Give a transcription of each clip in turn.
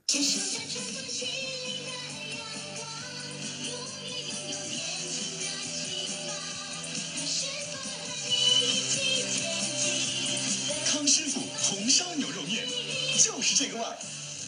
这是在春风淅沥的阳光，永远拥有年轻的希望。康师傅和你一起前进。 康师傅红烧牛肉面就是这个味儿。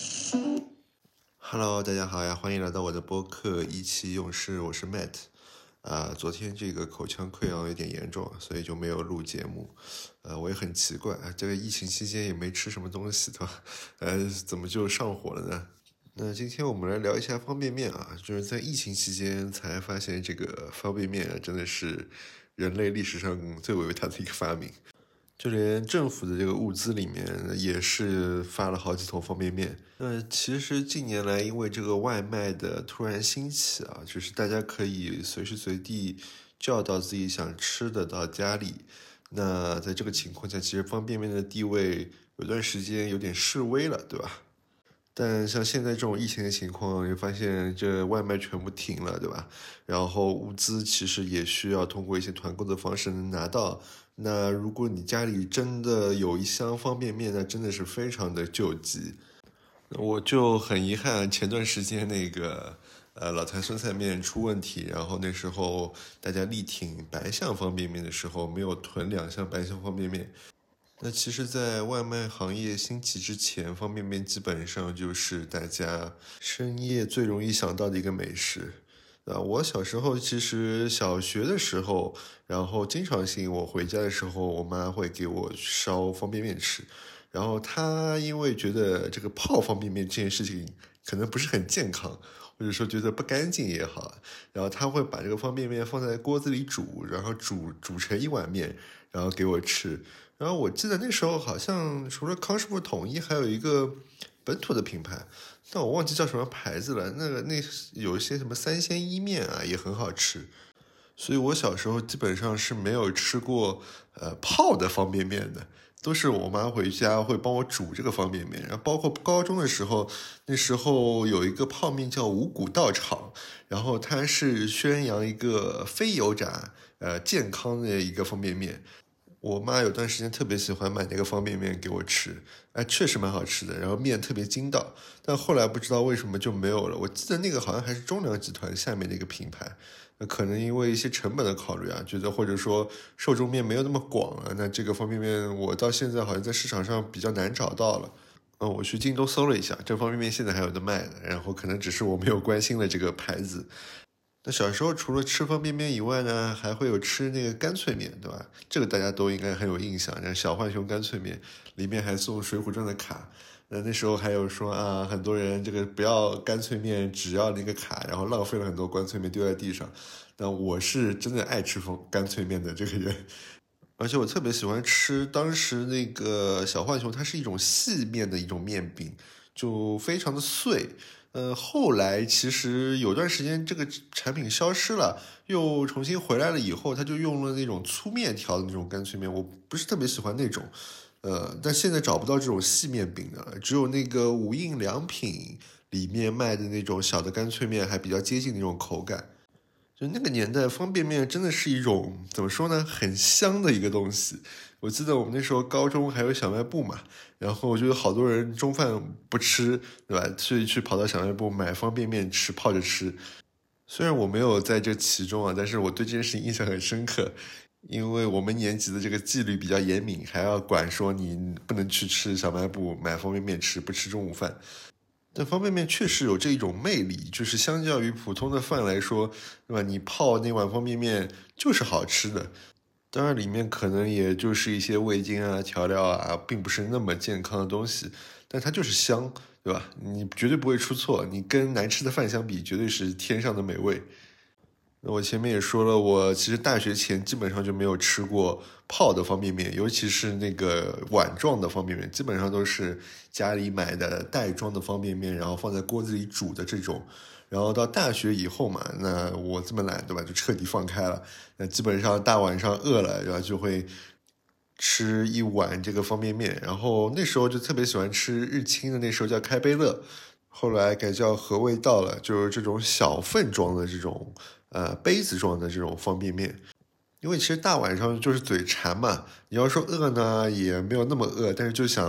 Hello， 大家好呀，欢迎来到我的播客意气用事，我是 Matt。昨天这个口腔溃疡有点严重，所以就没有录节目。我也很奇怪，这个疫情期间也没吃什么东西，对吧？怎么就上火了呢？那今天我们来聊一下方便面啊，就是在疫情期间才发现这个方便面真的是人类历史上最伟大的一个发明。就连政府的这个物资里面也是发了好几桶方便面。其实近年来因为这个外卖的突然兴起啊，就是大家可以随时随地叫到自己想吃的到家里。那在这个情况下，其实方便面的地位有段时间有点式微了，对吧？但像现在这种疫情的情况，也发现这外卖全部停了，对吧？然后物资其实也需要通过一些团购的方式能拿到。那如果你家里真的有一箱方便面，那真的是非常的救急。我就很遗憾，前段时间那个老坛酸菜面出问题，然后那时候大家力挺白象方便面的时候，没有囤2箱白象方便面。那其实，在外卖行业兴起之前，方便面基本上就是大家深夜最容易想到的一个美食。我小时候其实小学的时候，然后经常性我回家的时候，我妈会给我烧方便面吃。然后她因为觉得这个泡方便面这件事情可能不是很健康，或者说觉得不干净也好，然后她会把这个方便面放在锅子里煮，然后煮成一碗面，然后给我吃。然后我记得那时候好像除了康师傅统一，还有一个本土的品牌，但我忘记叫什么牌子了。那有一些什么3鲜意面啊，也很好吃。所以我小时候基本上是没有吃过泡的方便面的，都是我妈回家会帮我煮这个方便面。然后包括高中的时候，那时候有一个泡面叫五谷道场，然后它是宣扬一个非油炸健康的一个方便面。我妈有段时间特别喜欢买那个方便面给我吃，确实蛮好吃的，然后面特别筋道。但后来不知道为什么就没有了。我记得那个好像还是中粮集团下面的一个品牌，可能因为一些成本的考虑啊，觉得或者说受众面没有那么广了，那这个方便面我到现在好像在市场上比较难找到了。我去京东搜了一下，这方便面现在还有的卖的，然后可能只是我没有关心的这个牌子。那小时候除了吃方便面以外呢，还会有吃那个干脆面，对吧？这个大家都应该很有印象，小浣熊干脆面里面还送水浒传的卡。那时候还有说啊，很多人这个不要干脆面，只要那个卡，然后浪费了很多干脆面丢在地上。那我是真的爱吃干脆面的这个人，而且我特别喜欢吃当时那个小浣熊，它是一种细面的一种面饼，就非常的碎。后来其实有段时间这个产品消失了，又重新回来了以后，他就用了那种粗面条的那种干脆面，我不是特别喜欢那种。但现在找不到这种细面饼的了，只有那个无印良品里面卖的那种小的干脆面，还比较接近那种口感。就那个年代，方便面真的是一种怎么说呢，很香的一个东西。我记得我们那时候高中还有小卖部嘛，然后我觉得好多人中饭不吃，对吧？所以去跑到小卖部买方便面吃，泡着吃。虽然我没有在这其中啊，但是我对这件事情印象很深刻，因为我们年级的这个纪律比较严明，还要管说你不能去吃小卖部买方便面吃，不吃中午饭。但方便面确实有这一种魅力，就是相较于普通的饭来说，对吧？你泡那碗方便面就是好吃的，当然里面可能也就是一些味精啊、调料啊，并不是那么健康的东西，但它就是香，对吧？你绝对不会出错，你跟难吃的饭相比，绝对是天上的美味。那我前面也说了，我其实大学前基本上就没有吃过泡的方便面，尤其是那个碗状的方便面，基本上都是家里买的袋装的方便面，然后放在锅子里煮的这种。然后到大学以后嘛，那我这么懒，对吧？就彻底放开了。那基本上大晚上饿了，然后就会吃一碗这个方便面。然后那时候就特别喜欢吃日清的，那时候叫开杯乐，后来改叫和味道了，就是这种小份装的这种杯子装的这种方便面。因为其实大晚上就是嘴馋嘛，你要说饿呢也没有那么饿，但是就想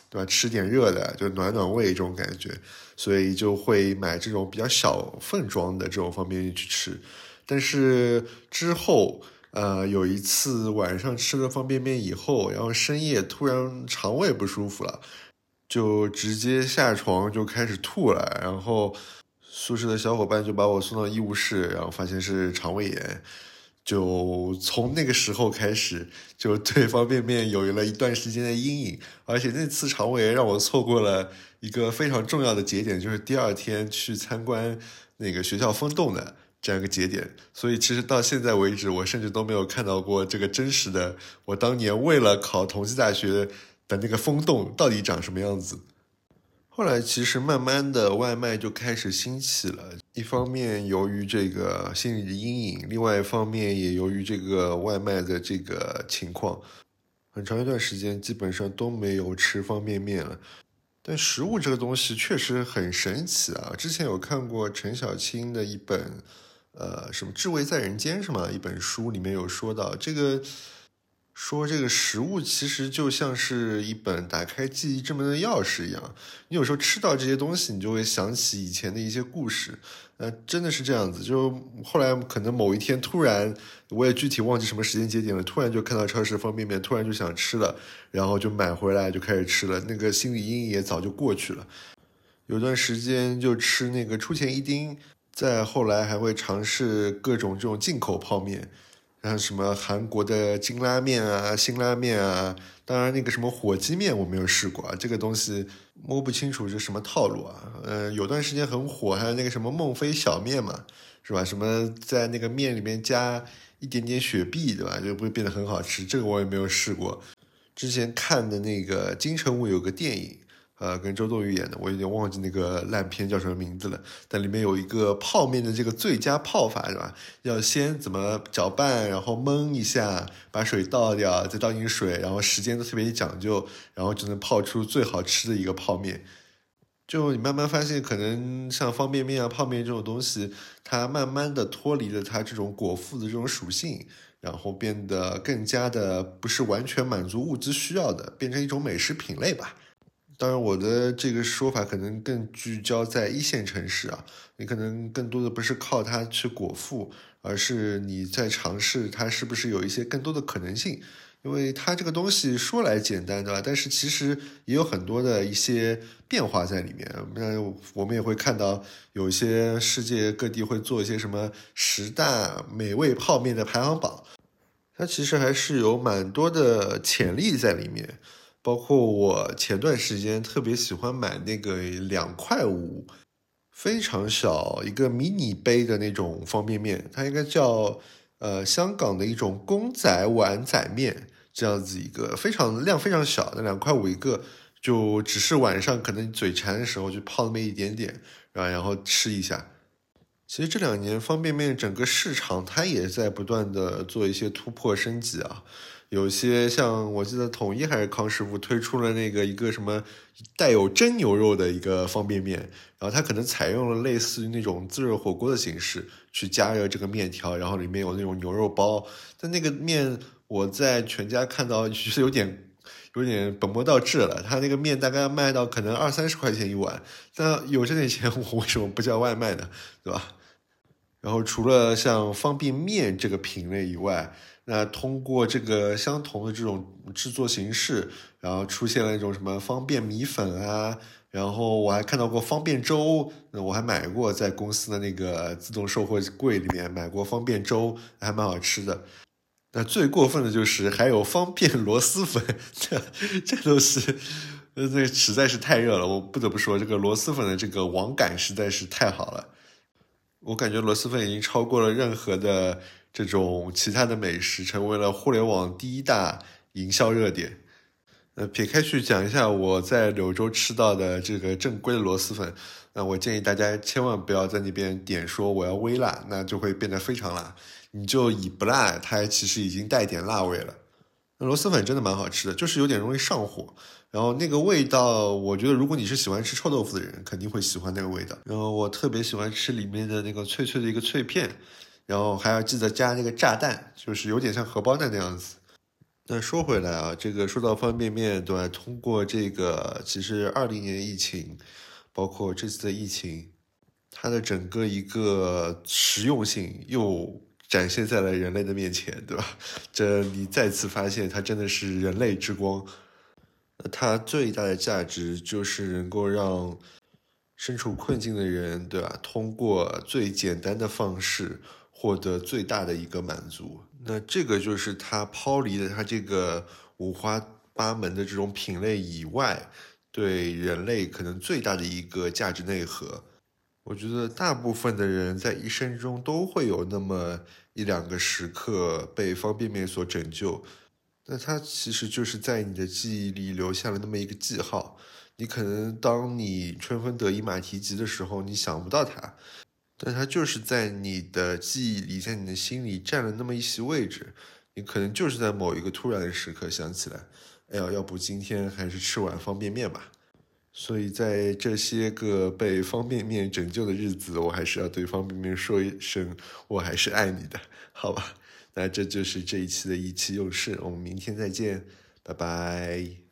对吧？吃点热的，就暖暖胃这种感觉，所以就会买这种比较小份装的这种方便面去吃。但是之后，有一次晚上吃了方便面以后，然后深夜突然肠胃不舒服了，就直接下床就开始吐了，然后宿舍的小伙伴就把我送到医务室，然后发现是肠胃炎。就从那个时候开始，就对方便面有了一段时间的阴影，而且那次肠胃炎让我错过了一个非常重要的节点，就是第二天去参观那个学校封洞的这样一个节点。所以其实到现在为止，我甚至都没有看到过这个真实的我当年为了考同济大学的那个封洞到底长什么样子。后来其实慢慢的外卖就开始兴起了，一方面由于这个心理的阴影，另外一方面也由于这个外卖的这个情况，很长一段时间基本上都没有吃方便面了。但食物这个东西确实很神奇啊！之前有看过陈小青的一本，什么《智慧在人间》是吗？一本书里面有说到这个。说这个食物其实就像是一本打开记忆之门的钥匙一样，你有时候吃到这些东西，你就会想起以前的一些故事，真的是这样子。就后来可能某一天突然，我也具体忘记什么时间节点了，突然就看到超市方便面，突然就想吃了，然后就买回来就开始吃了，那个心理阴影也早就过去了。有段时间就吃那个出前一丁，再后来还会尝试各种这种进口泡面。然后什么韩国的金拉面啊、辛拉面啊，当然那个什么火鸡面我没有试过啊，这个东西摸不清楚是什么套路啊。有段时间很火，还有那个什么孟非小面嘛，是吧？什么在那个面里面加一点点雪碧，对吧？就会变得很好吃，这个我也没有试过。之前看的那个金城武有个电影。跟周冬雨演的，我有点忘记那个烂片叫什么名字了。但里面有一个泡面的这个最佳泡法，是吧？要先怎么搅拌，然后焖一下，把水倒掉，再倒进水，然后时间都特别讲究，然后就能泡出最好吃的一个泡面。就你慢慢发现，可能像方便面啊、泡面这种东西，它慢慢的脱离了它这种果腹的这种属性，然后变得更加的不是完全满足物资需要的，变成一种美食品类吧。当然，我的这个说法可能更聚焦在一线城市啊，你可能更多的不是靠它去果腹，而是你在尝试它是不是有一些更多的可能性。因为它这个东西说来简单，对吧？但是其实也有很多的一些变化在里面。那我们也会看到有一些世界各地会做一些什么10大美味泡面的排行榜，它其实还是有蛮多的潜力在里面。包括我前段时间特别喜欢买那个2.5块非常小一个迷你杯的那种方便面，它应该叫香港的一种公仔碗仔面，这样子一个量非常小的2.5块一个，就只是晚上可能嘴馋的时候就泡那么一点点，然后吃一下。其实这2年方便面整个市场它也在不断的做一些突破升级啊。有些像我记得统一还是康师傅推出了那个一个什么带有真牛肉的一个方便面，然后它可能采用了类似于那种自热火锅的形式去加热这个面条，然后里面有那种牛肉包。但那个面我在全家看到就是有点本末倒置了，它那个面大概卖到可能20-30块钱一碗，那有这点钱我为什么不叫外卖呢？对吧？然后除了像方便面这个品类以外，那通过这个相同的这种制作形式，然后出现了一种什么方便米粉啊，然后我还看到过方便粥，我还买过，在公司的那个自动售货柜里面买过方便粥，还蛮好吃的。那最过分的就是还有方便螺蛳粉，这都是，这实在是太热了。我不得不说，这个螺蛳粉的这个网感实在是太好了。我感觉螺蛳粉已经超过了任何的这种其他的美食，成为了互联网第一大营销热点。撇开去讲一下我在柳州吃到的这个正规的螺蛳粉，那我建议大家千万不要在那边点说我要微辣，那就会变得非常辣。你就以不辣，它其实已经带点辣味了。那螺蛳粉真的蛮好吃的，就是有点容易上火。然后那个味道，我觉得如果你是喜欢吃臭豆腐的人，肯定会喜欢那个味道。然后我特别喜欢吃里面的那个脆脆的一个脆片，然后还要记得加那个炸弹，就是有点像荷包蛋那样子。 那说回来啊，这个说到方便面，对吧？通过这个，其实2020年疫情，包括这次的疫情，它的整个一个实用性又展现在了人类的面前，对吧？这你再次发现它真的是人类之光。它最大的价值就是能够让身处困境的人，对吧？通过最简单的方式获得最大的一个满足。那这个就是它抛离了它这个五花八门的这种品类以外，对人类可能最大的一个价值内核。我觉得大部分的人在一生中都会有那么一两个时刻被方便面所拯救，那它其实就是在你的记忆里留下了那么一个记号。你可能当你春风得意马蹄疾的时候，你想不到它，但它就是在你的记忆里，在你的心里占了那么一席位置。你可能就是在某一个突然的时刻想起来，哎呀，要不今天还是吃碗方便面吧。所以在这些个被方便面拯救的日子，我还是要对方便面说一声，我还是爱你的，好吧？那这就是这一期的意气用事，我们明天再见，拜拜。